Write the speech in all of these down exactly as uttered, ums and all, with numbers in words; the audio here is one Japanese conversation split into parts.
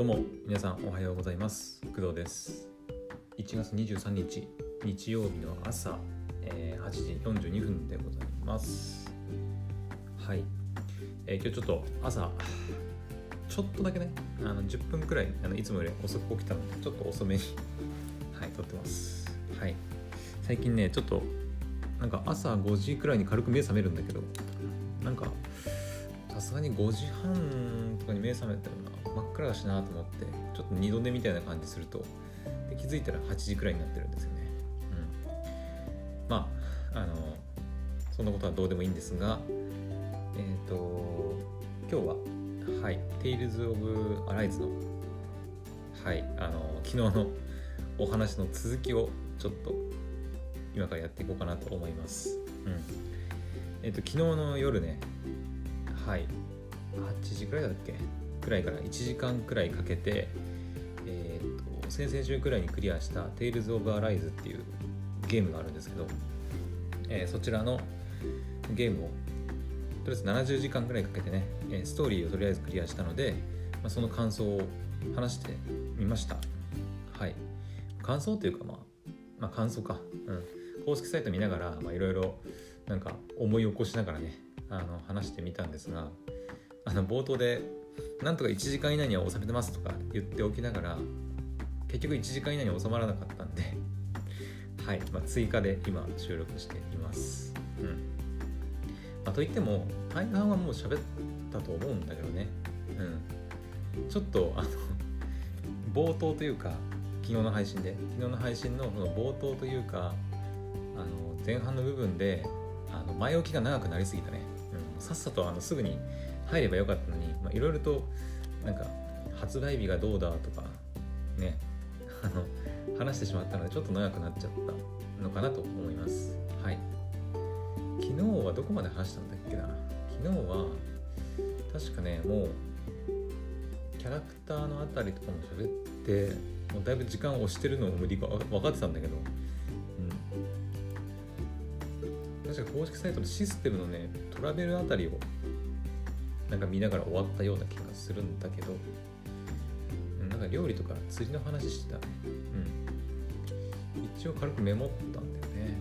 どうも皆さんおはようございます。工藤です。いちがつにじゅうさんにち日曜日の朝、えー、はちじよんじゅうにふんでございます。はい、えー、今日ちょっと朝ちょっとだけねあのじゅっぷんくらいあのいつもより遅く起きたのでちょっと遅めにはい撮ってます。はい、最近ねちょっとなんか朝ごじくらいに軽く目覚めるんだけど、なんかさすがにごじはんとかに目覚めたような真っ暗だしなと思ってちょっと二度寝みたいな感じするとで気づいたらはちじくらいになってるんですよね。うん、まああのそんなことはどうでもいいんですが、えっ、ー、と今日ははい Tales of Arise のはいあの昨日のお話の続きをちょっと今からやっていこうかなと思います。うん、えっ、ー、と昨日の夜ねはいはちじくらいだっけくらいからいちじかんくらいかけて、えー、と先々週くらいにクリアした Tales of Arise っていうゲームがあるんですけど、えー、そちらのゲームをとりあえずななじゅうじかんくらいかけてねストーリーをとりあえずクリアしたので、まあ、その感想を話してみました。はい、感想というかまあ、まあ感想か、うん、公式サイト見ながらいろいろなんか思い起こしながらねあの話してみたんですが、あの冒頭でなんとかいちじかん以内には収めてますとか言っておきながら結局いちじかん以内に収まらなかったんではい、まあ、追加で今収録しています。うん、まあ、といっても大半はもう喋ったと思うんだけどね、うん、ちょっとあの冒頭というか昨日の配信で昨日の配信のその冒頭というかあの前半の部分であの前置きが長くなりすぎたね。うん、さっさとあのすぐに入ればよかったのにいろいろとなんか発売日がどうだとかねあの話してしまったのでちょっと長くなっちゃったのかなと思います。はい、昨日はどこまで話したんだっけな。昨日は確かねもうキャラクターのあたりとかも喋ってもうだいぶ時間を押してるのも無理か分かってたんだけど、うん、確か公式サイトのシステムのねトラベルあたりをなんか見ながら終わったような気がするんだけど、なんか料理とか釣りの話してたね。うん、一応軽くメモったんだよね。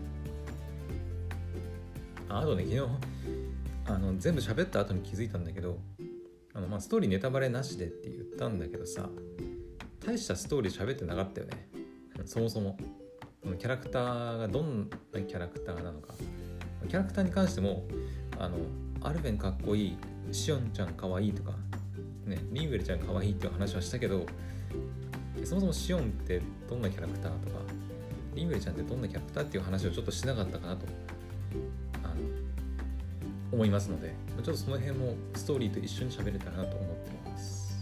あ, あとね昨日あの全部喋った後に気づいたんだけど、あのまあストーリーネタバレなしでって言ったんだけどさ、大したストーリー喋ってなかったよね。そもそもキャラクターがどんなキャラクターなのか、キャラクターに関してもあのアルベンかっこいい、シオンちゃんかわいいとかね、リンウェルちゃんかわいいっていう話はしたけど、そもそもシオンってどんなキャラクターとかリンウェルちゃんってどんなキャラクターっていう話をちょっとしなかったかなとあの思いますので、ちょっとその辺もストーリーと一緒に喋れたらなと思ってます。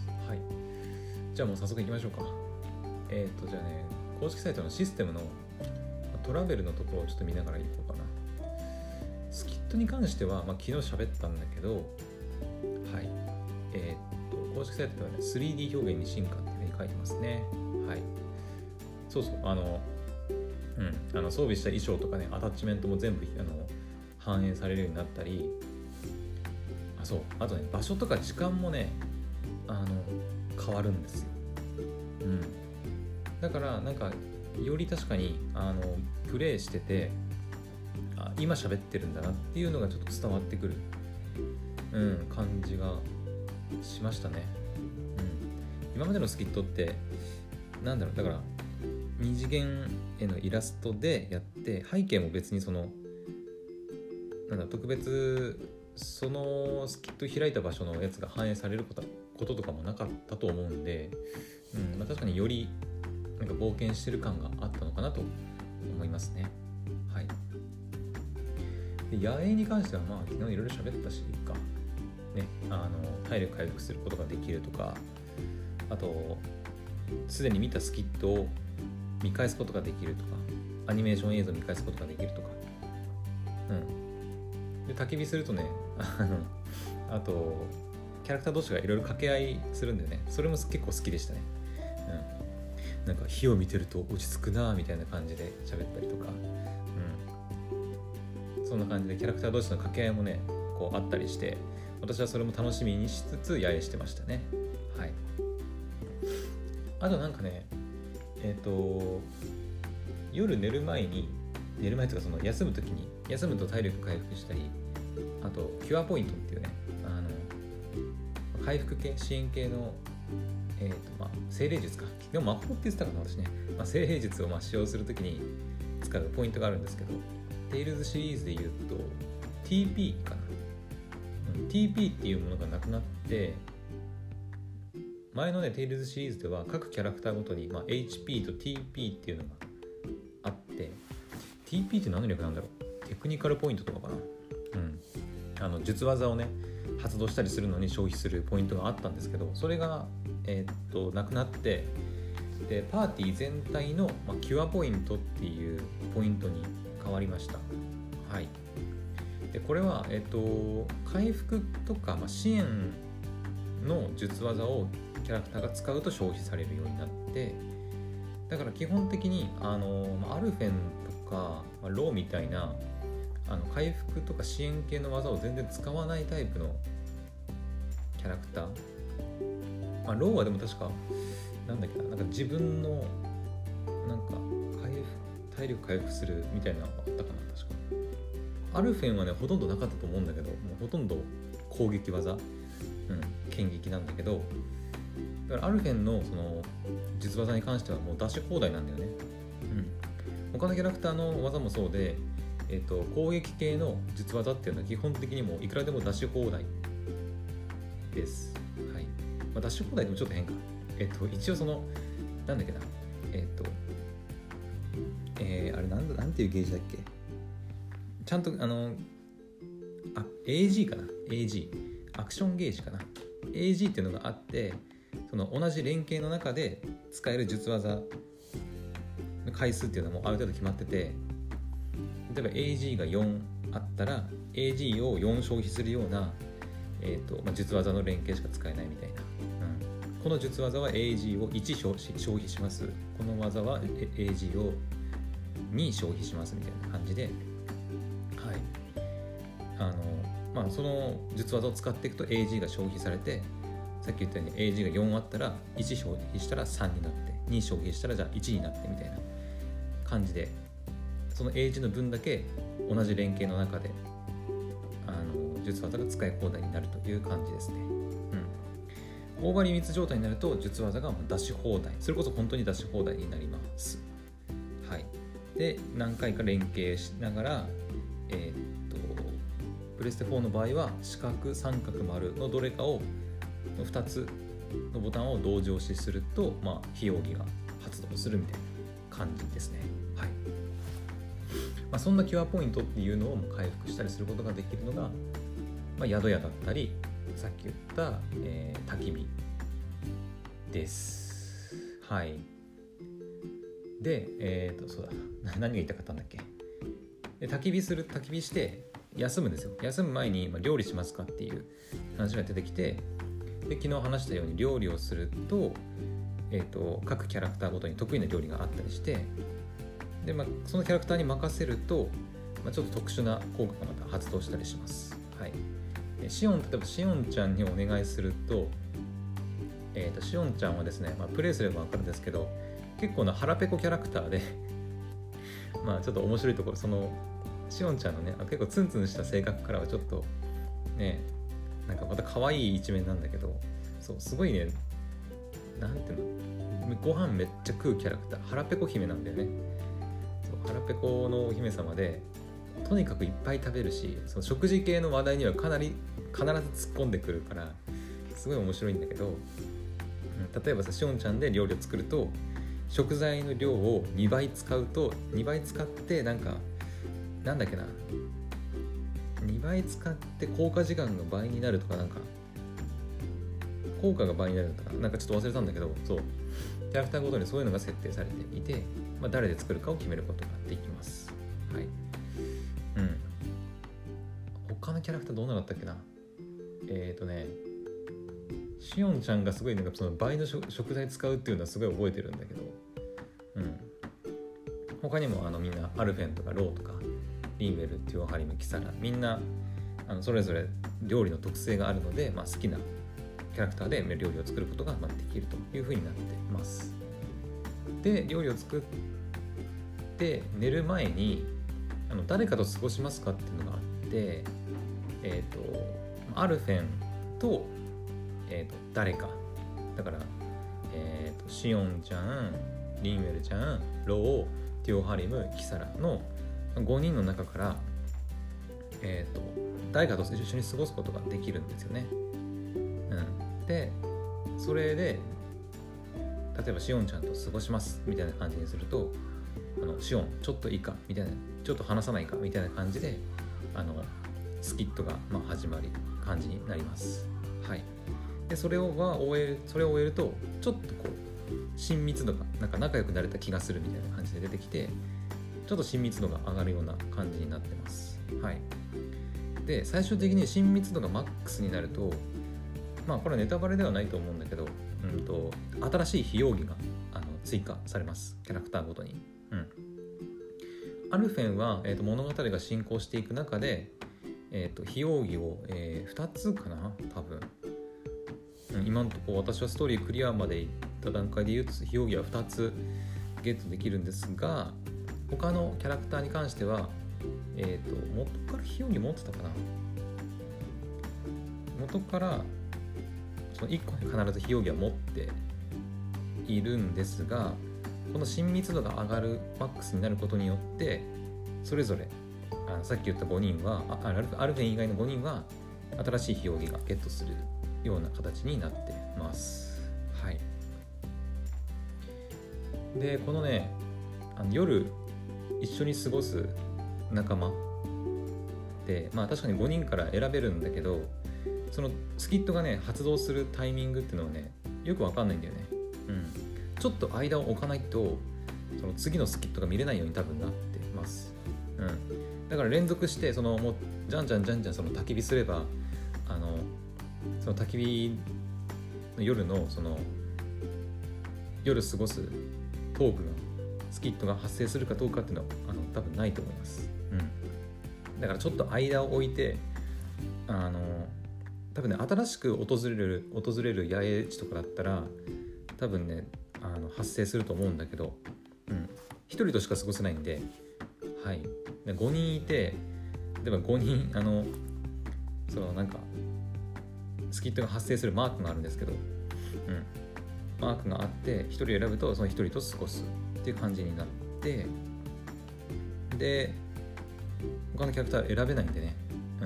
はい、じゃあもう早速いきましょうか。えっ、ー、とじゃあね公式サイトのシステムのトラベルのところをちょっと見ながらいこうかな。スキットに関しては、まあ、昨日喋ったんだけど、はい、えー、っと公式サイトではね スリーディー 表現に進化っていうふうに書いてますね。はい、そうそうあの、うん、あの装備した衣装とかねアタッチメントも全部あの反映されるようになったり、あそうあとね場所とか時間もねあの変わるんですよ。うん、だからなんかより確かにあのプレイしててあ今喋ってるんだなっていうのがちょっと伝わってくる、うん、感じがしましたね。うん、今までのスキットってなんだろうだから二次元へのイラストでやって背景も別にそのなんだ特別そのスキット開いた場所のやつが反映されることこととかもなかったと思うんで、うんまあ、確かによりなんか冒険してる感があったのかなと思いますね。はい。で野営に関してはまあ昨日いろいろ喋ったしいいかね、あの体力回復することができるとか、あとすでに見たスキットを見返すことができるとか、アニメーション映像を見返すことができるとか、うんで焚き火するとねあのあとキャラクター同士がいろいろ掛け合いするんでね、それも結構好きでしたね。うん、なんか火を見てると落ち着くなみたいな感じで喋ったりとか、うん、そんな感じでキャラクター同士の掛け合いもねこうあったりして、私はそれも楽しみにしつつ野営してましたね。はい。 あとなんかねえっ、ー、と夜寝る前に寝る前とかその休むときに休むと体力回復したり、あとキュアポイントっていうねあの回復系支援系のえーとまあ、精霊術かでも魔法って言ってたかな私ね、まあ、精霊術をまあ使用するときに使うポイントがあるんですけど、テイルズシリーズで言うと ティーピー かな、うん、ティーピー っていうものがなくなって、前のねテイルズシリーズでは各キャラクターごとに、まあ、エイチピー と ティーピー っていうのがあって、 ティーピー って何の略なんだろう、テクニカルポイントとかかな、うんあの術技をね発動したりするのに消費するポイントがあったんですけど、それがえー、っとなくなって、でパーティー全体の、まあ、キュアポイントっていうポイントに変わりました。はい。でこれはえー、っと回復とか、まあ、支援の術技をキャラクターが使うと消費されるようになって、だから基本的にあの、まあ、アルフェンとか、まあ、ローみたいなあの回復とか支援系の技を全然使わないタイプのキャラクター、まあ、ローはでも確かなんだっけな、なんか自分のなんか回復体力回復するみたいなのがあったかな、確かアルフェンはねほとんどなかったと思うんだけど、もうほとんど攻撃技、うん、剣撃なんだけど、だからアルフェンのその術技に関してはもう出し放題なんだよね。うん、他のキャラクターの技もそうで、えーと、攻撃系の術技っていうのは基本的にもういくらでも出し放題です。はい。まあ、出し放題でもちょっと変か。えっ、ー、と一応そのなんだっけな、えっ、ー、とえー、あれなんだなんていうゲージだっけ。ちゃんとあのあ エージー かな エージー アクションゲージかな エージー っていうのがあって、その同じ連携の中で使える術技の回数っていうのはもうある程度決まってて、例えば エージー がよんあったら エージー をよん消費するような、えーとまあ、術技の連携しか使えないみたいな、うん、この術技は エージー をいち消費します、この技は エージー をに消費しますみたいな感じで、はい、あのまあその術技を使っていくと エージー が消費されて、さっき言ったように エージー がよんあったらいち消費したらさんになって、に消費したらじゃあいちになってみたいな感じで、その エージー の分だけ同じ連携の中であの術技が使い放題になるという感じですね。うん、オーバーリミッツ状態になると術技が出し放題、それこそ本当に出し放題になります。はい。で何回か連携しながら、えー、っとプレステフォーの場合は四角三角丸のどれかをふたつのボタンを同時押しすると、まあ、非容疑が発動するみたいな感じですね。はい。まあ、そんなキュアポイントっていうのを回復したりすることができるのが、まあ、宿屋だったりさっき言った、えー、焚き火です。はい。で、えーと、そうだ、何が言いたかったんだっけ。で、焚き火する、焚き火して休むんですよ。休む前に、まあ、料理しますかっていう話が出てきて、で昨日話したように料理をすると、えーと、各キャラクターごとに得意な料理があったりして、で、まあ、そのキャラクターに任せると、まあ、ちょっと特殊な効果がまた発動したりします。はい。シオン、例えばシオンちゃんにお願いすると、えーと、シオンちゃんはですね、まあ、プレイすれば分かるんですけど、結構な腹ペコキャラクターでまあちょっと面白いところ、そのシオンちゃんのね、結構ツンツンした性格からはちょっとね、なんかまた可愛い一面なんだけど、そうすごいね、なんていうの、ご飯めっちゃ食うキャラクター、腹ペコ姫なんだよね。そう腹ペコのお姫様で、とにかくいっぱい食べるし、その食事系の話題にはかなり必ず突っ込んでくるからすごい面白いんだけど、うん、例えばさ、シオンちゃんで料理を作ると食材の量をにばい使うとにばい使ってなんかなんだっけなにばい使って効果時間が倍になるとか、なんか効果が倍になるとか、なんかちょっと忘れたんだけど、そうキャラクターごとにそういうのが設定されていて、まあ、誰で作るかを決めることができます。はい。うん。他のキャラクターどうなのだったっけな。えっ、ー、とねシオンちゃんがすごいなんかその倍の食材使うっていうのはすごい覚えてるんだけど、うん。他にもあのみんなアルフェンとかローとかリンベル、テュオハリム、キサラ、みんなあのそれぞれ料理の特性があるので、まあ、好きなキャラクターで料理を作ることができるというふうになってます。で料理を作って寝る前にあの誰かと過ごしますかっていうのがあって、えっ、ー、とアルフェンと、えー、と誰かだから、えー、とシオンちゃん、リンウェルちゃん、ロー、ティオハリム、キサラのごにんの中から、えー、と誰かと一緒に過ごすことができるんですよね。うん、でそれで例えばシオンちゃんと過ごしますみたいな感じにすると、あのシオンちょっといいかみたいな、ちょっと話さないかみたいな感じであのスキットがまあ始まり感じになります。はい。でそれをは終えるそれを終えるとちょっとこう親密度がなんか仲良くなれた気がするみたいな感じで出てきて、ちょっと親密度が上がるような感じになってます。はい。で最終的に親密度がマックスになると、まあこれはネタバレではないと思うんだけど、うんと新しい非容疑があの追加されます、キャラクターごとに。うん。アルフェンは、えー、と物語が進行していく中で、えー、と非容疑を、えー、ふたつかな多分、うん、今のところ私はストーリークリアまでいった段階で言うと非容疑はふたつゲットできるんですが、他のキャラクターに関しては、えー、と元から非容疑持ってたかな元からそのいっこに必ず非容疑は持っているんですが、この親密度が上がるマックスになることによってそれぞれあのさっき言ったごにんはあアルフェン以外のごにんは新しい非容疑がゲットするような形になってます。はい。でこのねあの夜一緒に過ごす仲間で、まあ確かにごにんから選べるんだけど、そのスキットがね発動するタイミングっていうのはねよくわかんないんだよね。うん。ちょっと間を置かないとその次のスキットが見れないように多分なってます。うん。だから連続してそのもうじゃんじゃんじゃんじゃんその焚き火すればあのその焚き火の夜のその夜過ごすトークがスキットが発生するかどうかっていうのはあの多分ないと思います。うん。だからちょっと間を置いてあの多分ね新しく訪れる訪れる野営地とかだったら多分ねあの発生すると思うんだけど、うん、ひとりとしか過ごせないんで、はい、でごにんいて例えばごにんあのそのなんかスキットが発生するマークがあるんですけど、うん、マークがあってひとり選ぶとそのひとりと過ごすっていう感じになって、で他のキャラクター選べないんでね、うん、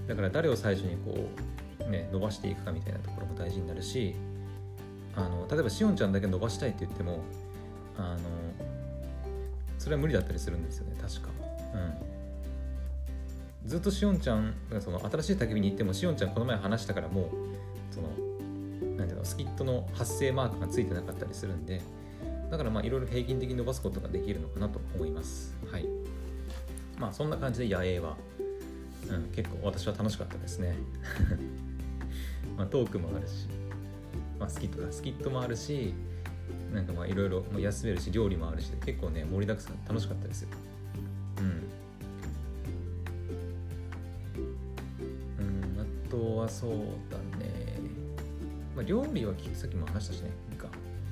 だから誰を最初にこうね伸ばしていくかみたいなところも大事になるし、あの例えばシオンちゃんだけ伸ばしたいって言ってもあのそれは無理だったりするんですよね確か。うん、ずっとシオンちゃんがその新しい焚き火に行ってもシオンちゃんこの前話したからもうそのなんていうのスキットの発生マークがついてなかったりするんで、だからまあいろいろ平均的に伸ばすことができるのかなと思います。はい。まあそんな感じで野営は、うん、結構私は楽しかったですね。まあトークもあるし、まあスキットかスキットもあるし、なんかまあいろいろ休めるし料理もあるし結構ね盛りだくさん楽しかったですよ。うん。うんあとはそうだね。まあ料理はさっきも話したしね。いいか。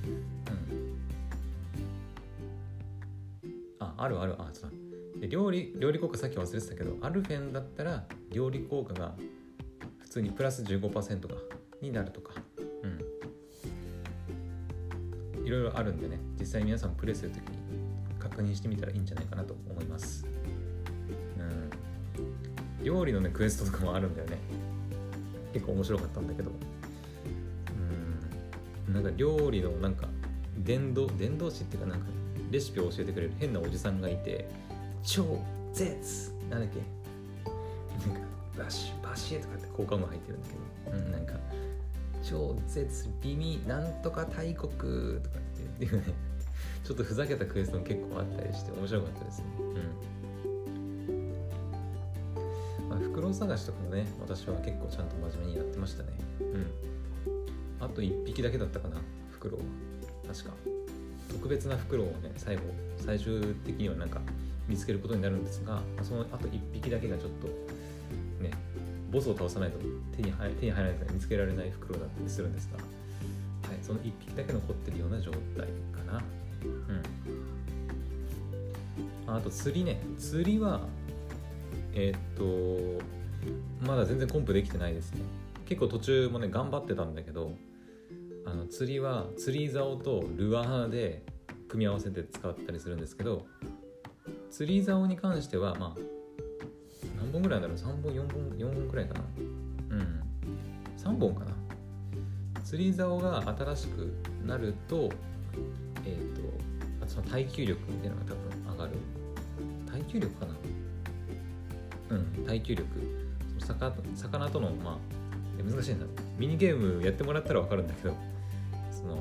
うん。ああるあるあそうだ。で料理料理効果さっき忘れてたけど、アルフェンだったら料理効果が普通にプラス じゅうごパーセント かになるとか。うん。いろいろあるんでね、実際皆さんプレイするときに確認してみたらいいんじゃないかなと思います。うん、料理のねクエストとかもあるんだよね。結構面白かったんだけど、うん、なんか料理のなんか伝道伝道師っていうかなんかレシピを教えてくれる変なおじさんがいて、超絶なんだっけ、なんかバシバシエとかって効果音が入ってるんだけど、うん、なんか超絶美味なんとか大国とかっていうねちょっとふざけたクエストも結構あったりして面白かったですね。うん。まあ、フクロウ探しとかもね私は結構ちゃんと真面目にやってましたね。うん。あといっぴきだけだったかなフクロウは確か特別なフクロウをね最後最終的にはなんか見つけることになるんですが、そのあといっぴきだけがちょっとねボスを倒さないと手に入手に入らないから見つけられない袋だったりするんですが、はい、そのいっぴきだけ残ってるような状態かな。うん。あと釣りね。釣りはえー、っとまだ全然コンプできてないですね。結構途中もね頑張ってたんだけど、あの釣りは釣り竿とルアーで組み合わせて使ったりするんですけど、釣り竿に関してはまあ何本ぐらいだろう、さんぼんよんぼんよんぼんくらいかな、うんさんぼんかな。釣り竿が新しくなるとえっ、ー、とあとその耐久力みたいなのが多分上がる。耐久力かな、うん耐久力、その 魚, 魚とのまあ難しいな、ミニゲームやってもらったら分かるんだけど、その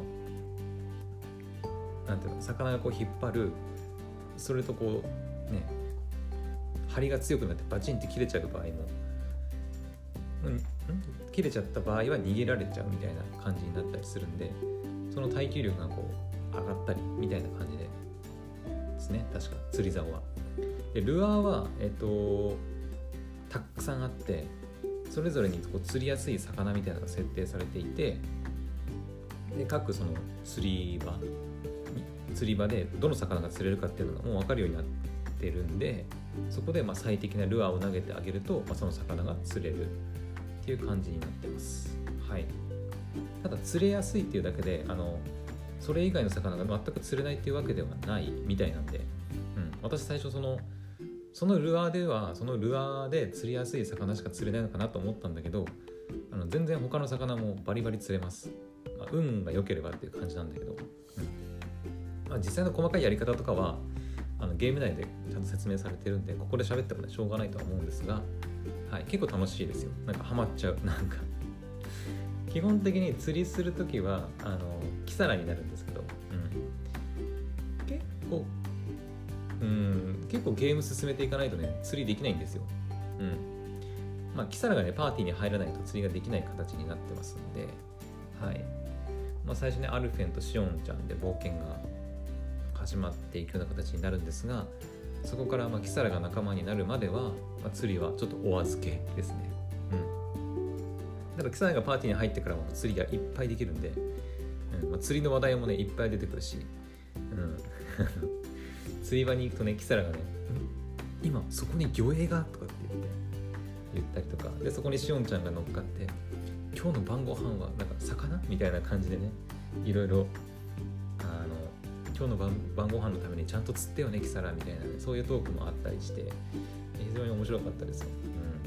なんていうの、魚がこう引っ張る、それとこうね針が強くなってバチンって切れちゃう場合も、うん、切れちゃった場合は逃げられちゃうみたいな感じになったりするんで、その耐久力がこう上がったりみたいな感じでですね、確か釣り竿は。でルアーはえっとたくさんあって、それぞれにこう釣りやすい魚みたいなのが設定されていて、で各その釣り場釣り場でどの魚が釣れるかっていうのがもう分かるようになってるんで、そこでまあ最適なルアーを投げてあげると、まあ、その魚が釣れるっていう感じになってます。はい。ただ釣れやすいっていうだけで、あのそれ以外の魚が全く釣れないっていうわけではないみたいなんで、うん、私最初そのそのルアーではそのルアーで釣りやすい魚しか釣れないのかなと思ったんだけど、あの全然他の魚もバリバリ釣れます。まあ、運が良ければっていう感じなんだけど、うんまあ、実際の細かいやり方とかはあのゲーム内でちゃんと説明されてるんで、ここで喋ってもねしょうがないとは思うんですが、はい、結構楽しいですよ。なんかハマっちゃう。なんか基本的に釣りするときはあのキサラになるんですけど、うん、結構うん結構ゲーム進めていかないとね釣りできないんですよ。うんまあキサラがねパーティーに入らないと釣りができない形になってますんで、はいまあ、最初ねアルフェンとシオンちゃんで冒険が始まっていくような形になるんですが、そこからまあキサラが仲間になるまでは、まあ、釣りはちょっとお預けですね。うんだからキサラがパーティーに入ってからも釣りがいっぱいできるんで、うんまあ、釣りの話題もねいっぱい出てくるし、うん釣り場に行くとねキサラがね今そこに魚影がとかって言って言ったりとかで、そこにシオンちゃんが乗っかって今日の晩ご飯はなんか魚みたいな感じでね、いろいろあの今日の 晩, 晩ご飯のためにちゃんと釣ってよねキサラみたいなね、そういうトークもあったりして非常に面白かったですよ。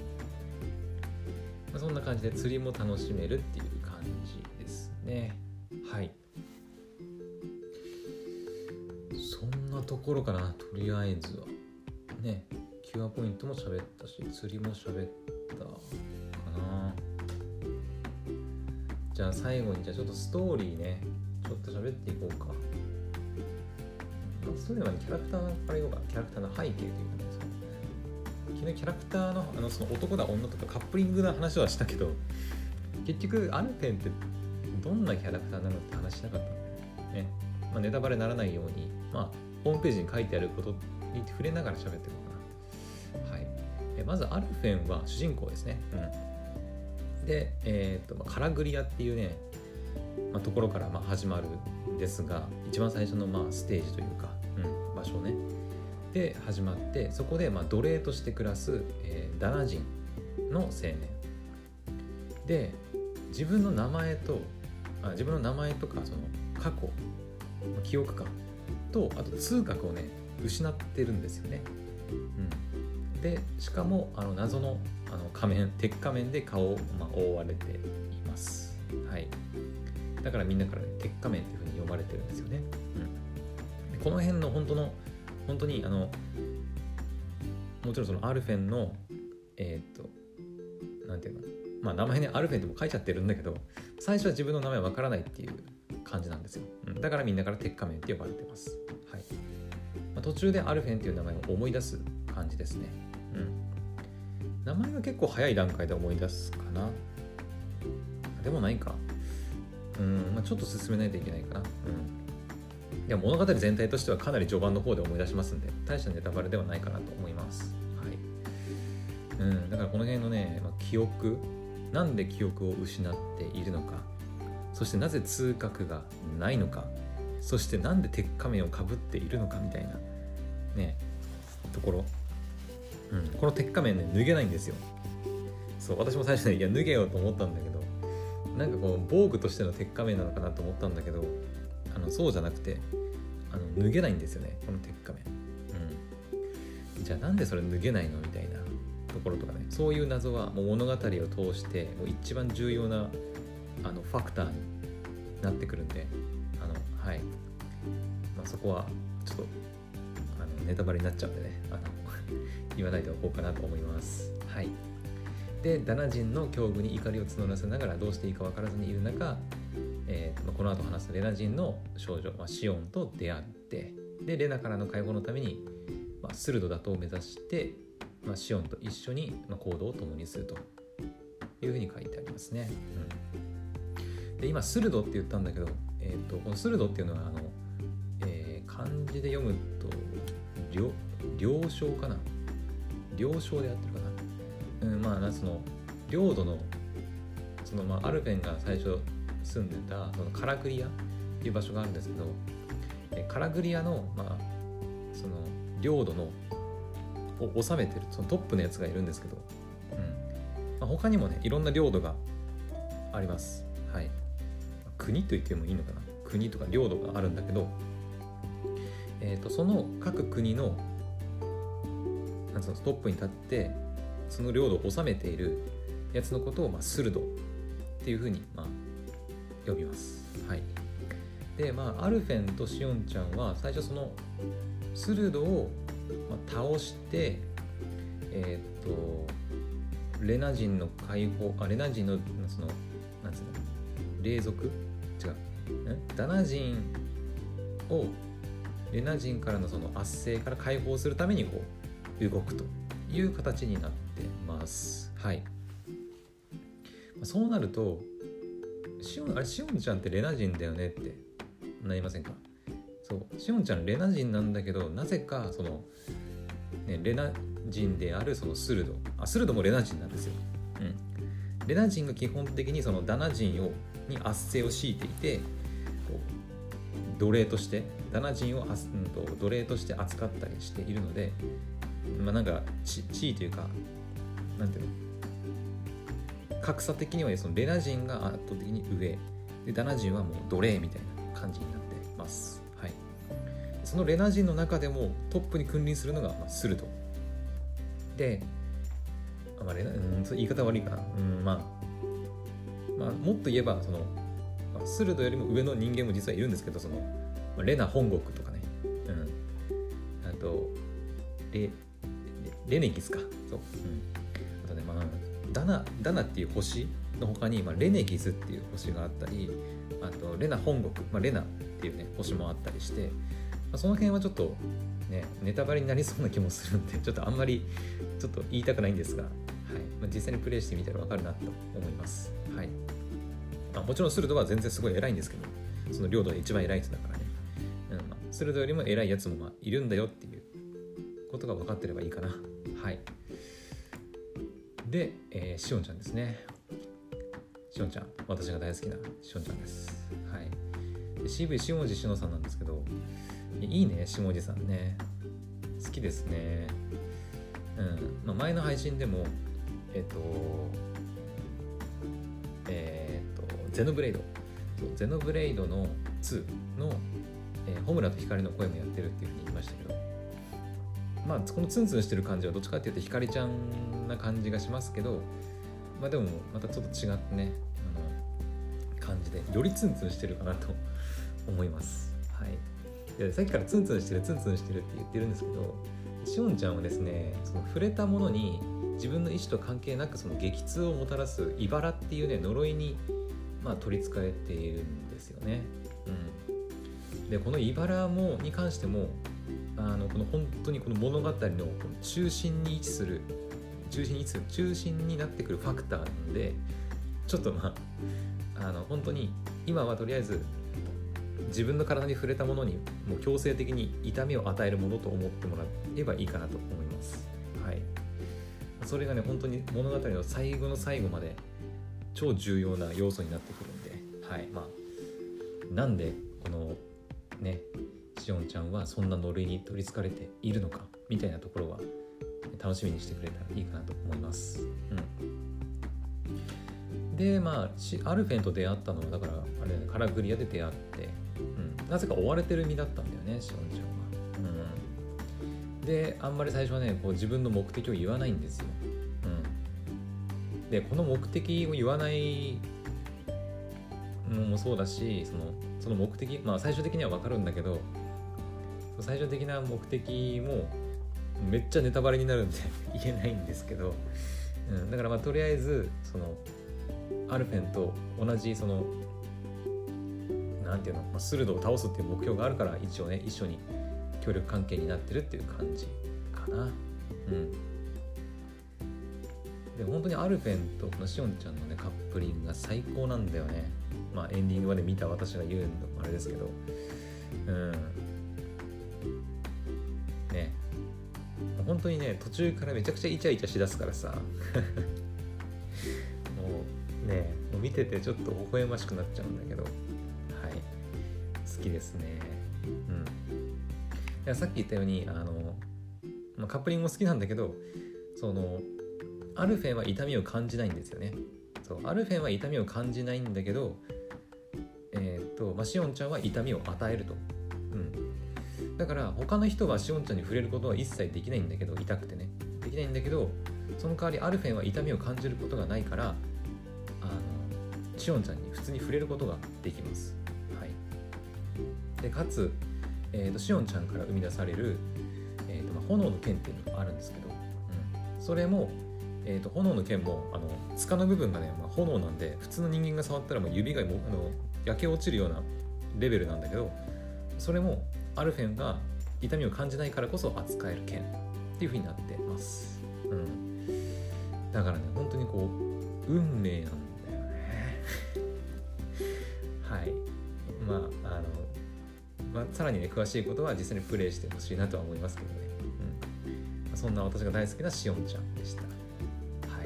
うんまあ、そんな感じで釣りも楽しめるっていう感じですね。はい、そんなところかな。とりあえずはね、キュアポイントも喋ったし釣りも喋ったかな。じゃあ最後にじゃあちょっとストーリーねちょっと喋っていこうか。ストーリーの前にキャラクターから言おうか。キャラクターの背景というかね、昨日キャラクターの、あのその男だ女とかカップリングの話はしたけど、結局アルペンってどんなキャラクターなのって話しなかったんだよね。まあ、ネタバレにならないように、まあ、ホームページに書いてあることに触れながら喋ってるのかな。はい。えまずアルフェンは主人公ですね。うん、で、えーとまあ、カラグリアっていうね、まあ、ところからまあ始まるんですが、一番最初のまあステージというか、うん、場所ね。で始まって、そこでまあ奴隷として暮らす、えー、ダナ人の青年で、自分の名前とあ自分の名前とかその過去記憶かと、あと通覚をね失ってるんですよね。うん、でしかもあの謎のあの仮面鉄仮面で顔を、まあ、覆われています。はい。だからみんなからね鉄仮面っていう風に呼ばれてるんですよね。うん、でこの辺の本当の本当にあのもちろんそのアルフェンのえー、っとなんていうのまあ名前ねアルフェンっても書いちゃってるんだけど、最初は自分の名前わからないっていう感じなんですよ。うん、だからみんなから鉄仮面って呼ばれてます。はい。まあ、途中でアルフェンっていう名前を思い出す感じですね。うん。名前が結構早い段階で思い出すかな。でもないか。うん、まあ、ちょっと進めないといけないかな。うん。いや物語全体としてはかなり序盤の方で思い出しますんで、大したネタバレではないかなと思います。はい。 うん、だからこの辺のね、まあ、記憶、なんで記憶を失っているのか、そしてなぜ痛覚がないのか、そしてなんで鉄仮面をかぶっているのかみたいなねところ、うん、この鉄仮面ね脱げないんですよ。そう、私も最初ねいや脱げようと思ったんだけど、なんかこう防具としての鉄仮面なのかなと思ったんだけど、あのそうじゃなくてあの脱げないんですよね、この鉄仮面。うん、じゃあなんでそれ脱げないのみたいなところとかね、そういう謎はもう物語を通してもう一番重要なあのファクターになってくるんで、あのはい、まあ、そこはちょっとあのネタバレになっちゃうんでね、あの言わないでおこうかなと思います。はい。で、ダナ人の境遇に怒りを募らせながらどうしていいか分からずにいる中、えー、この後話すレナ人の少女、まあ、シオンと出会って、でレナからの解放のために、まあ、スルド打倒を目指して、まあ、シオンと一緒に、まあ、行動を共にするというふうに書いてありますね。うん、で今スルドって言ったんだけど、えー、とこのスルドっていうのはあの、えー、漢字で読むと領領将かな、領将でやってるかな。うん、まあその領土のその、まあ、アルフェンが最初住んでたそのカラグリアっていう場所があるんですけど、えカラグリアの、まあ、その領土のを治めてるそのトップのやつがいるんですけど、うんまあ、他にもねいろんな領土があります。はい、国と言ってもいいのかな、国とか領土があるんだけど、えーと、その各国のなんそのトップに立ってその領土を治めているやつのことを、まあ、スルドっていうふうに、まあ、呼びます。はい。で、まあ、アルフェンとシオンちゃんは最初そのスルドを、まあ、倒して、えー、っとレナ人の解放、あレナ人のそのなんつうの霊族違うダナ人をレナ人からのその圧政から解放するためにこう動くという形になってます。はい。そうなるとシオンあれシオンちゃんってレナ人だよねってなりませんか？そうシオンちゃんレナ人なんだけど、なぜかその、ね、レナ人であるそのスルドあスルドもレナ人なんですよ。うん、レナ人が基本的にそのダナ人をに圧政を強いていて、こう奴隷としてダナ人を、うん、と奴隷として扱ったりしているので、まあなんか地位というかなんていうの格差的にはそのレナ人が圧倒的に上でダナ人はもう奴隷みたいな感じになってます。はい。そのレナ人の中でもトップに君臨するのが、まあ、スルドで、まあレナうん、言い方悪いかな、うんまあ、まあもっと言えばその、まあ、スルドよりも上の人間も実はいるんですけど、その、まあ、レナ本国とかね、うん、あとレレネギスか、そう、うん、あとね、まあダナダナっていう星の他に、まあ、レネギズっていう星があったり、あとレナ本国、まあ、レナっていうね星もあったりして、まあ、その辺はちょっとねネタバレになりそうな気もするんでちょっとあんまりちょっと言いたくないんですが、はいまあ、実際にプレイしてみたら分かるなと思います。はい。まあ、もちろんスルドは全然すごい偉いんですけど、その領土で一番偉い人だからね、うんまあ、スルドよりも偉いやつもまあいるんだよっていうことが分かってればいいかな。はい。で、えー、シオンちゃんですね。シオンちゃん、私が大好きなシオンちゃんです。はい。で シーブイ 下地しのさんなんですけど、いいね、下地さんね。好きですね。うん。まあ、前の配信でも、えっと、えー、っと、ゼノブレイド。ゼノブレイドのツーの、えー、ホムラとヒカリの声もやってるっていうふうに言いましたけど、まあ、このツンツンしてる感じはどっちかっていうとヒカリちゃんな感じがしますけど、まあでもまたちょっと違ってね、あの感じでよりツンツンしてるかなと思います。はい。でさっきからツンツンしてるツンツンしてるって言ってるんですけど、シオンちゃんはですね、その触れたものに自分の意思と関係なくその激痛をもたらす茨っていうね呪いにまあ取り憑かれているんですよね。うん。でこの茨もに関してもあのこの本当にこの物語の中心に位置する中心に位置する中心になってくるファクターなので、ちょっとまああの本当に今はとりあえず自分の体に触れたものにもう強制的に痛みを与えるものと思ってもらえばいいかなと思います。はい。 それがね本当に物語の最後の最後まで超重要な要素になってくるんで、はい、まあなんでこのねしおんちゃんはそんな呪いに取りつかれているのかみたいなところは楽しみにしてくれたらいいかなと思います。うん、でまあアルフェンと出会ったのはだからあれ、ね、カラグリアで出会って、うん、なぜか追われてる身だったんだよねしおんちゃんは。うん、であんまり最初はねこう自分の目的を言わないんですよ。うん、でこの目的を言わないのもそうだし、そのその目的まあ最終的には分かるんだけど、最終的な目的もめっちゃネタバレになるんで言えないんですけど、うん、だからまあとりあえずそのアルフェンと同じそのなんていうの、まあ、スルドを倒すっていう目標があるから一応ね一緒に協力関係になってるっていう感じかな。うん。で本当にアルフェンとこのしおんちゃんのねカップリングが最高なんだよね。まあエンディングまで見た私が言うのもあれですけど、うんね、本当にね途中からめちゃくちゃイチャイチャしだすからさもうねもう見ててちょっと微笑ましくなっちゃうんだけど、はい好きですね。うん。いやさっき言ったようにあの、まあ、カップリングも好きなんだけど、そのアルフェンは痛みを感じないんですよね。そうアルフェンは痛みを感じないんだけど、えー、っと、まあ、しおんちゃんは痛みを与えると。うん。だから他の人はしおんちゃんに触れることは一切できないんだけど、痛くてねできないんだけど、その代わりアルフェンは痛みを感じることがないから、あのしおんちゃんに普通に触れることができます。はい。でかつ、えー、としおんちゃんから生み出される、えーとまあ、炎の剣っていうのがあるんですけど、うん、それも、えー、と炎の剣もあの塚の部分がね、まあ、炎なんで普通の人間が触ったらもう指がもあの焼け落ちるようなレベルなんだけど、それもアルフェンが痛みを感じないからこそ扱える剣っていう風になってます。うん、だからね本当にこう運命なんだよねはいまああのまあ、さらにね詳しいことは実際にプレイしてほしいなとは思いますけどね、うん、そんな私が大好きなしおんちゃんでした。はい。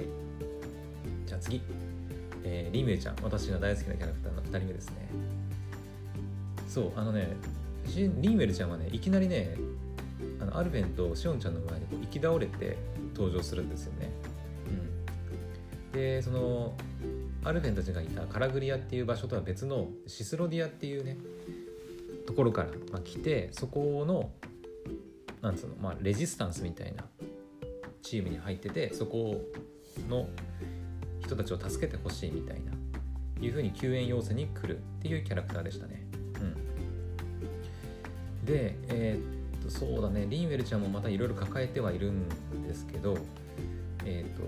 じゃあ次、えー、リンウェイちゃん、私が大好きなキャラクターのふたりめですね。そうあのねリンウェルちゃんはねいきなりねあのアルフェンとしおんちゃんの前でこう行き倒れて登場するんですよね。うん、でそのアルフェンたちがいたカラグリアっていう場所とは別のシスロディアっていうねところから、まあ、来て、そこのなんつうの、まあ、レジスタンスみたいなチームに入ってて、そこの人たちを助けてほしいみたいないう風に救援要請に来るっていうキャラクターでしたね。うん、で、えー、っとそうだねリンウェルちゃんもまたいろいろ抱えてはいるんですけど、えー、っと、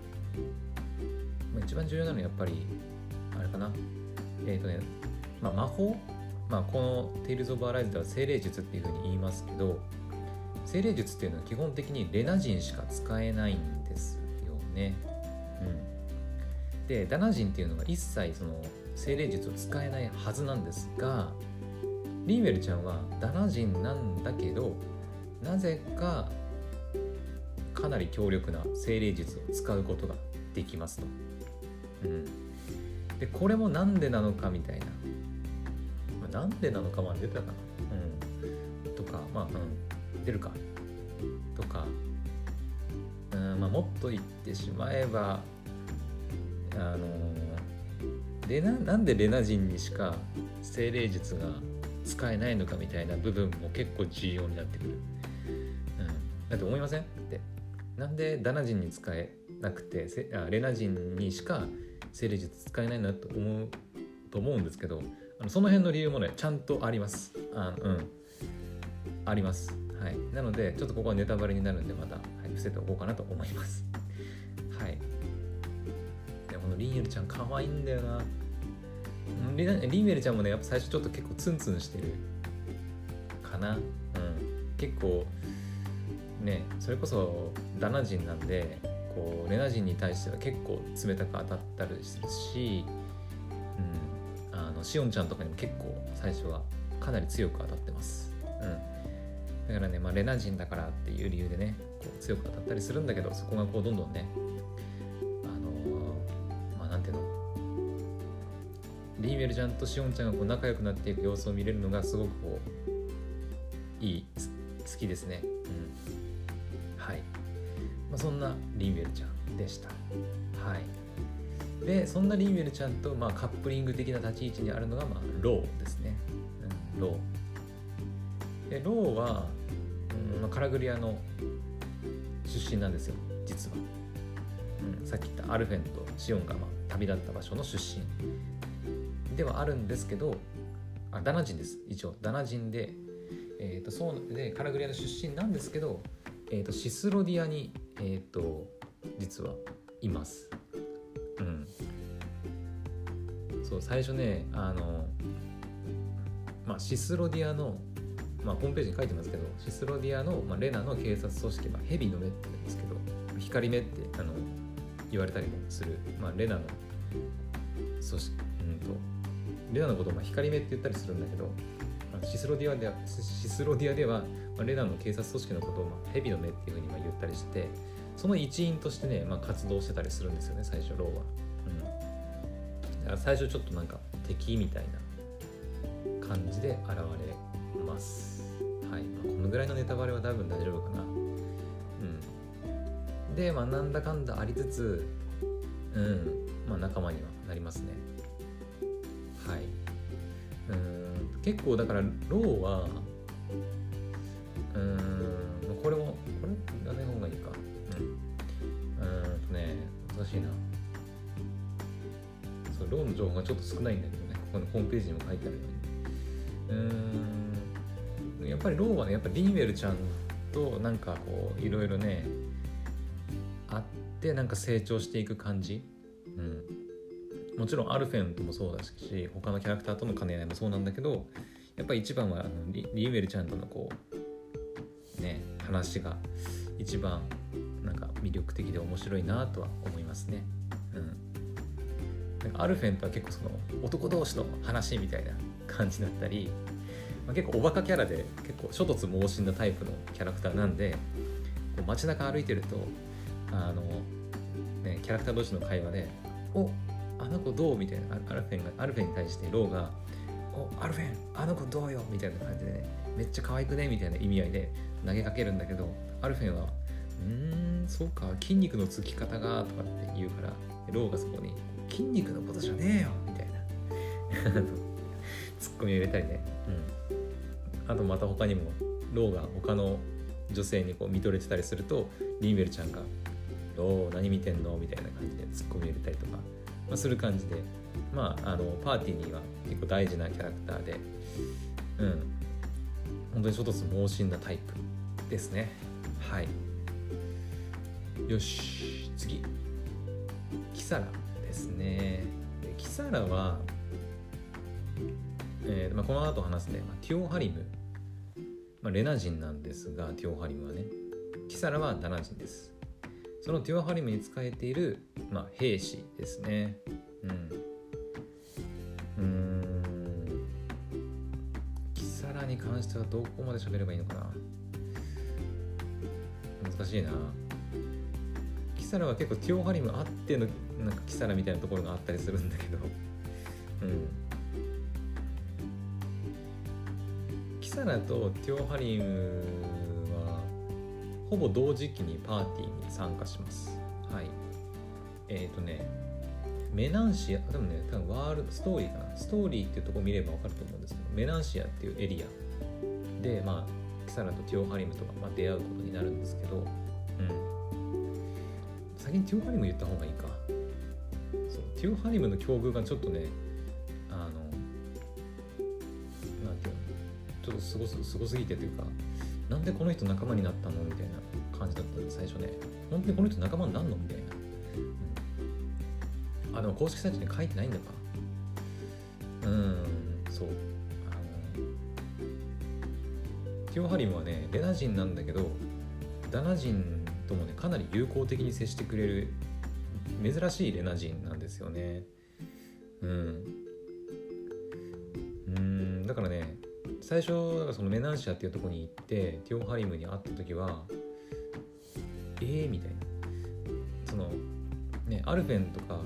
まあ、一番重要なのはやっぱりあれかな、えー、っとね、まあ、魔法まあ、このテイルズ・オブ・アライズでは精霊術っていう風に言いますけど、精霊術っていうのは基本的にレナ人しか使えないんですよね。うん、でダナ人っていうのは一切その精霊術を使えないはずなんですが、リンウェルちゃんはダナ人なんだけどなぜかかなり強力な精霊術を使うことができますと。うん、でこれもなんでなのかみたいな、なんでなのかまで出たかな、うん、とかまあ、うん、出るかとか、うんまあ、もっと言ってしまえばあのレナなんでレナ人にしか精霊術が使えないのかみたいな部分も結構重要になってくる。うん、だって思いません？ってなんでダナ人に使えなくてあレナ人にしか精霊術使えないなと思うと思うんですけど、あのその辺の理由もねちゃんとあります。あのうんあります。はい。なのでちょっとここはネタバレになるんでまた、はい、伏せておこうかなと思います。はい。でこのリンエルちゃん可愛いんだよな。リリンエルちゃんもねやっぱ最初ちょっと結構ツンツンしてるかな。うん。結構ねそれこそダナ人なんでこうレナ人に対しては結構冷たく当たったりするし。しおんちゃんとかにも結構最初はかなり強く当たってます。うん、 だからね、まあ、レナ人だからっていう理由でねこう強く当たったりするんだけど、そこがこうどんどんねあのー、まあなんていうのリーベルちゃんとシオンちゃんがこう仲良くなっていく様子を見れるのがすごくこういい好きですね、うん、はい、まあ、そんなリーベルちゃんでした。はい。でそんなリーベルちゃんと、まあ、カップリング的な立ち位置にあるのが、まあ、ローですね、うん、ローでローは、うんまあ、カラグリアの出身なんですよ実は、うん、さっき言ったアルフェンとシオンが、まあ、旅立った場所の出身ではあるんですけど、あダナ人です一応ダナ人で、えー、とそうでカラグリアの出身なんですけど、えー、とシスロディアに、えー、と実はいます。うん、そう最初ねあの、まあ、シスロディアの、まあ、ホームページに書いてますけどシスロディアの、まあ、レナの警察組織、まあ、ヘビの目って言うんですけど光目ってあの言われたりもする、まあ、レナの組織、うんとレナのことをまあ光目って言ったりするんだけど、まあ、シスロディアではシスロディアでは、まあ、レナの警察組織のことを、まあ、ヘビの目っていうふうにまあ言ったりしてて、その一員としてね、まあ、活動してたりするんですよね最初ローは、うん、だから最初ちょっとなんか敵みたいな感じで現れます。はい、まあ、このぐらいのネタバレは多分大丈夫かな。うん。で、まあなんだかんだありつつ、うん、まあ仲間にはなりますね。はい。うん、結構だからローは、うん、これもこれ言わない方がいいか。うん。うんとね、難しいな。そうローの情報がちょっと少ないんだけどね、ここのホームページにも書いてあるように。うーんやっぱりローはねやっぱリーベルちゃんとなんかこういろいろねあってなんか成長していく感じ、うん、もちろんアルフェンともそうだし他のキャラクターとの兼ね合いもそうなんだけど、やっぱり一番はあの リ, リーベルちゃんとのこうね話が一番なんか魅力的で面白いなとは思いますね。うん、なんかアルフェンとは結構その男同士の話みたいな感じだったり、まあ、結構おバカキャラで結構諸突猛進なタイプのキャラクターなんで、こう街中歩いてるとあの、ね、キャラクター同士の会話でおあの子どうみたいなアルフェンがアルフェンに対してローがおアルフェンあの子どうよみたいな感じで、ね、めっちゃ可愛くねみたいな意味合いで投げかけるんだけど、アルフェンはうーんそうか筋肉のつき方がとかって言うからローがそこに筋肉のことじゃねえよみたいなツッコミを入れたりね、うん、あとまた他にもローが他の女性にこう見とれてたりするとリーベルちゃんがロー何見てんのみたいな感じでツッコミを入れたりとか、まあ、する感じで、まあ、あのパーティーには結構大事なキャラクターで、うん、本当にちょっと猛進なタイプですね。はい、よし次キサラですね。でキサラはえーまあ、この後話すね、まあ、ティオハリム、まあ、レナ人なんですがティオハリムはね、キサラはダナ人です。そのティオハリムに仕えている、まあ、兵士ですね。うんうーんキサラに関してはどこまで喋ればいいのかな、難しいな。キサラは結構ティオハリムあってのなんかキサラみたいなところがあったりするんだけど、うんキサラとティオハリムはほぼ同時期にパーティーに参加します。はい。えっ、ー、とね、メナンシア、多分ね、多分ワールドストーリーかな。ストーリーっていうところ見ればわかると思うんですけど、メナンシアっていうエリアで、まあ、キサラとティオハリムとか、まあ、出会うことになるんですけど、うん。先にティオハリム言った方がいいか。そう、ティオハリムの境遇がちょっとね、あの、なんていうの、ちょっとすごす、すごすぎてというか、なんでこの人仲間になったのみたいな感じだったんで、最初ね、本当にこの人仲間になんのみたいな、うん、あでも公式サイトに書いてないんだか、うーんそうあのティオハリムはねレナ人なんだけどダナ人ともねかなり友好的に接してくれる珍しいレナ人なんですよね。うんうーんだからね最初そのメナンシアっていうところに行ってティオハリムに会った時はえーみたいな、そのねアルフェンとか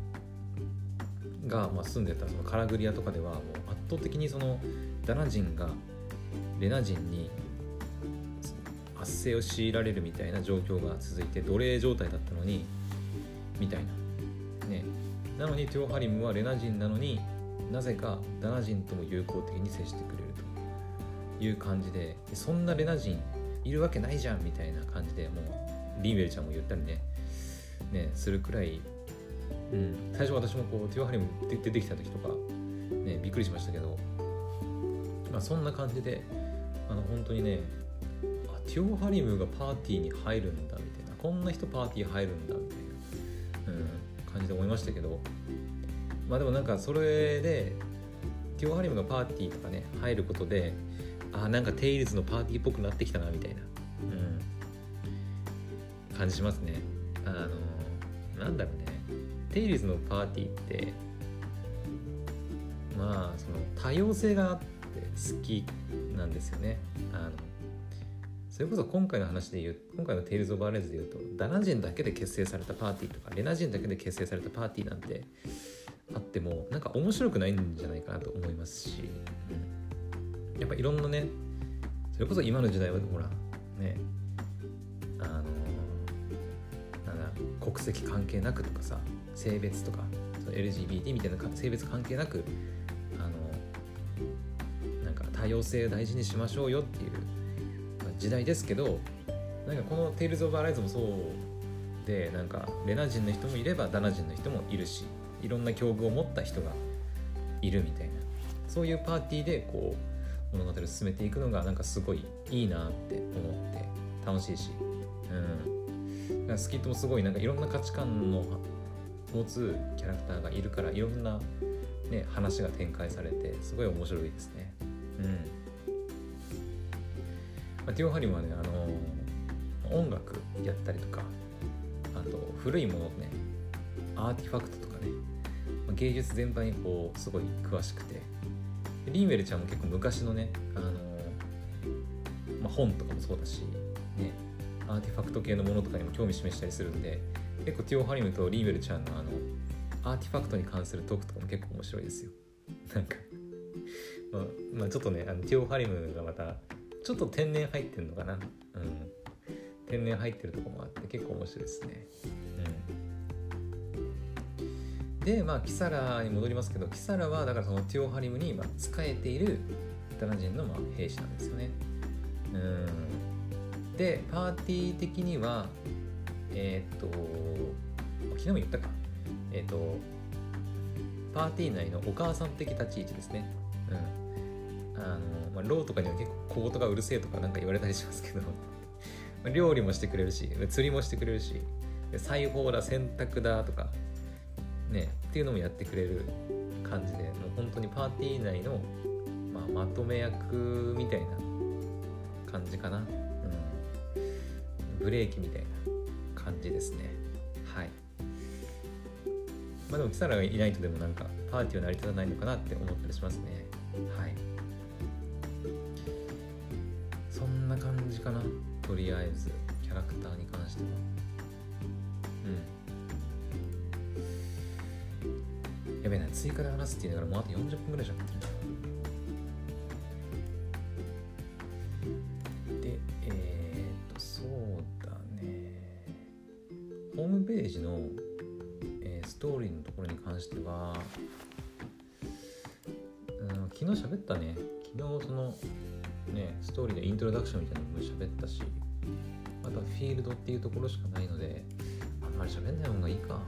がまあ住んでたそのカラグリアとかではもう圧倒的にそのダナ人がレナ人に圧政を強いられるみたいな状況が続いて奴隷状態だったのにみたいなね。なのにティオハリムはレナ人なのになぜかダナ人とも友好的に接してくれるという感じで、そんなレナ人いるわけないじゃんみたいな感じで、もうリンウェルちゃんも言ったりねねするくらい、うん、最初私もこうティオハリム出てきた時とか、ね、びっくりしましたけど、まあ、そんな感じであの本当にね、あティオハリムがパーティーに入るんだみたいな、こんな人パーティー入るんだみたいな、うん、感じで思いましたけど、まあでもなんかそれでティオハリムがパーティーとかね入ることで、あなんかテイルズのパーティーっぽくなってきたなみたいな、うん、感じしますね。あのなんだろうね、テイルズのパーティーってまあその多様性があって好きなんですよね。あのそれこそ今回の話で言う、今回のテイルズ・オブ・アレンズで言うと、ダナ人だけで結成されたパーティーとかレナ人だけで結成されたパーティーなんてあってもなんか面白くないんじゃないかなと思いますし、うん、やっぱいろんなね、それこそ今の時代はほらね、あのなんだ国籍関係なくとかさ、性別とかその エルジービーティー みたいな性別関係なく、あのなんか多様性を大事にしましょうよっていう時代ですけど、なんかこのテイルズ・オブ・アライズもそうで、なんかレナ人の人もいればダナ人の人もいるし、いろんな境遇を持った人がいるみたいな、そういうパーティーでこう物語を進めていくのがなんかすごいいいなって思って楽しいし、うん、だからスキットもすごいなんかいろんな価値観の持つキャラクターがいるから、いろんな、ね、話が展開されてすごい面白いですね。うん、まあ、ティオハリムはね、あの音楽やったりとか、あと古いものね、アーティファクトとかね、芸術全般にこうすごい詳しくて、リンウェルちゃんも結構昔のね、あの、まあ、本とかもそうだし、ね、アーティファクト系のものとかにも興味示したりするんで、結構ティオハリムとリンウェルちゃんのあのアーティファクトに関するトークとかも結構面白いですよ。なんか、まあ、まあちょっとね、あのティオハリムがまたちょっと天然入ってるのかな、うん、天然入ってるところもあって結構面白いですね。うん、でまあキサラに戻りますけど、キサラはだからそのティオハリムにまあ仕えているダナ人のまあ兵士なんですよね。うん、でパーティー的にはえー、っと昨日も言ったか、えー、っとパーティー内のお母さん的立ち位置ですね。うん、あのまあ、ローとかには結構小言がうるせえとかなんか言われたりしますけど料理もしてくれるし、釣りもしてくれるし、裁縫だ洗濯だとかねっていうのもやってくれる感じで、もう本当にパーティー内の、まあ、まとめ役みたいな感じかな、うん、ブレーキみたいな感じですね。はい。まあでもキサラがいないとでもなんかパーティーは成り立たないのかなって思ったりしますね。はい。そんな感じかな、とりあえずキャラクターに関しては。うん。やべえな、追加で話すって言いながらもうあとよんじゅっぷんぐらいしゃべってる。で、えー、っとそうだね。ホームページの、えー、ストーリーのところに関しては、うん、昨日喋ったね。昨日そのね、ストーリーでイントロダクションみたいなのも喋ったし、あとはフィールドっていうところしかないので、あんまり喋んない方がいいか。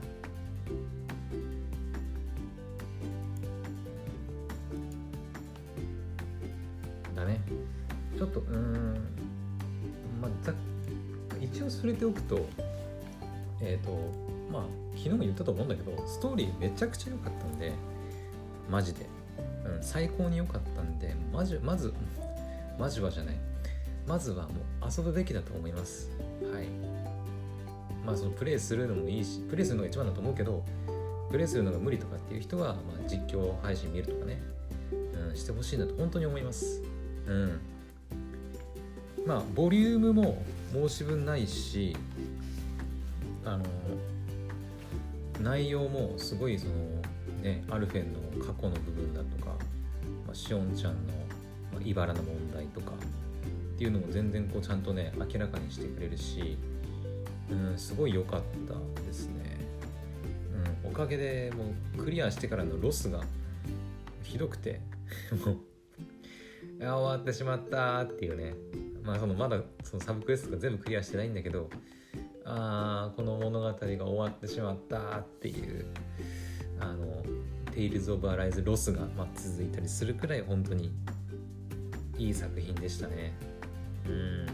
だね。ちょっとうーん、まあ、ざ一応触れておくと、えっと、まあ、昨日も言ったと思うんだけど、ストーリーめちゃくちゃ良かったんで、マジで。うん、最高に良かったんで、まじ、まず、まじはじゃない。まずはもう遊ぶべきだと思います。はい。まあそのプレイするのもいいし、プレイするのが一番だと思うけど、プレイするのが無理とかっていう人は、まあ、実況配信見るとかね、うん、してほしいなと本当に思います。 うんまあボリュームも申し分ないし、あの内容もすごいそのねアルフェンの過去の部分だとか、まあ、シオンちゃんの茨の問題とかっていうのも全然こうちゃんとね明らかにしてくれるし、うんすごい良かったですね。うんおかげでもうクリアしてからのロスがひどくてもう終わってしまったっていうね。まあそのまだそのサブクエストが全部クリアしてないんだけど、あーこの物語が終わってしまったっていうあのテイルズ・オブ・アライズロスがまあ続いたりするくらい本当にいい作品でしたね。うん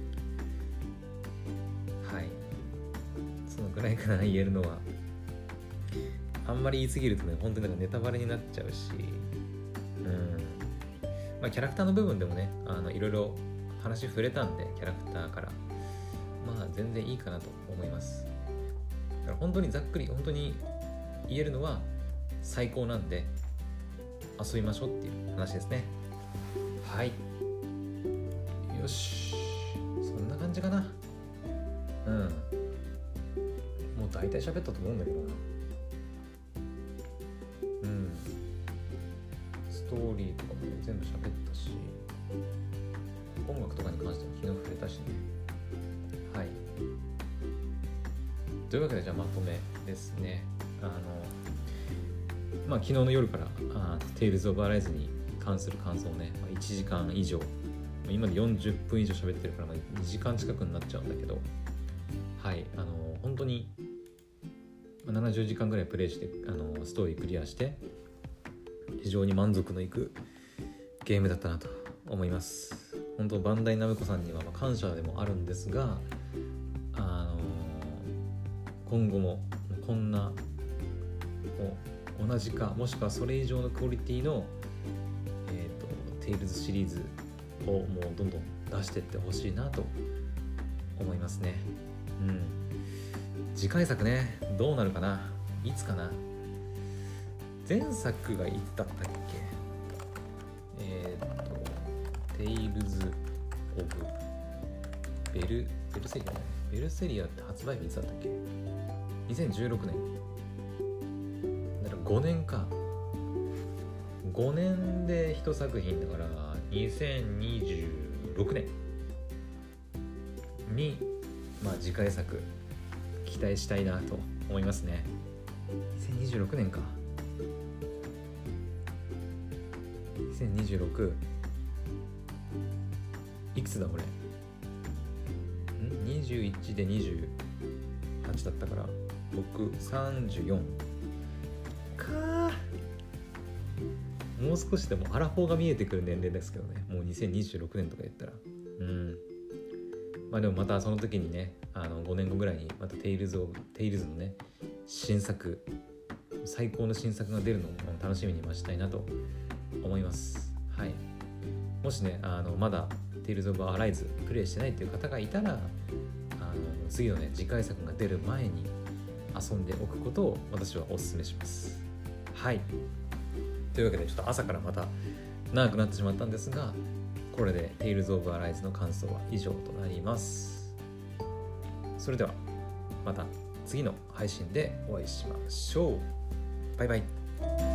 はいそのくらいかな言えるのは。あんまり言い過ぎるとね本当になんかネタバレになっちゃうし、うんまあキャラクターの部分でもねあのいろいろ話触れたんで、キャラクターからまあ全然いいかなと思います。だから本当にざっくり本当に言えるのは最高なんで遊びましょうっていう話ですね。はいよしそんな感じかな。うんもう大体喋ったと思うんだけどな。うんストーリーとかも、ね、全部喋ったし、音楽とかに関しても昨日触れたしね。はいというわけでじゃあまとめですね。あのまあ昨日の夜からあテイルズ・オブ・アライズに関する感想をね、まあ、いちじかん以上今でよんじゅっぷん以上喋ってるから、まあ、にじかん近くになっちゃうんだけど、はいあの本当にななじゅうじかんぐらいプレイしてあのストーリークリアして非常に満足のいくゲームだったなと思います。本当バンダイナムコさんにはまあ感謝でもあるんですが、あの今後もこんな同じかもしくはそれ以上のクオリティの、えーと、テイルズシリーズをもうどんどん出していってほしいなと思いますね。うん次回作ねどうなるかな、いつかな。前作がいつだったっけ、えっ、ー、とテイルズ・オブ・ベルベルセリアねベルセリアって発売日いつだったっけ、にせんじゅうろくねんだからごねんか。ごねんで一作品だからにせんにじゅうろくねんにまあ次回作期待したいなと思いますね。にせんにじゅうろくねんか。にせんにじゅうろくいくつだ俺んにじゅういちでにじゅうはちだったから僕さんじゅうよんか。もう少しでもアラフォーが見えてくる年齢ですけどね、もうにせんにじゅうろくねんとか言ったらうんまあでもまたその時にねあのごねんごぐらいにまたテイルズをテイルズのね新作最高の新作が出るのを楽しみに待ちたいなと思います。はい。もしねあのまだテイルズ・オブ・アライズプレイしてないっていう方がいたらあの次のね次回作が出る前に遊んでおくことを私はお勧めします。はい。というわけでちょっと朝からまた長くなってしまったんですが、これでテイルズ・オブ・アライズの感想は以上となります。それではまた次の配信でお会いしましょう。バイバイ。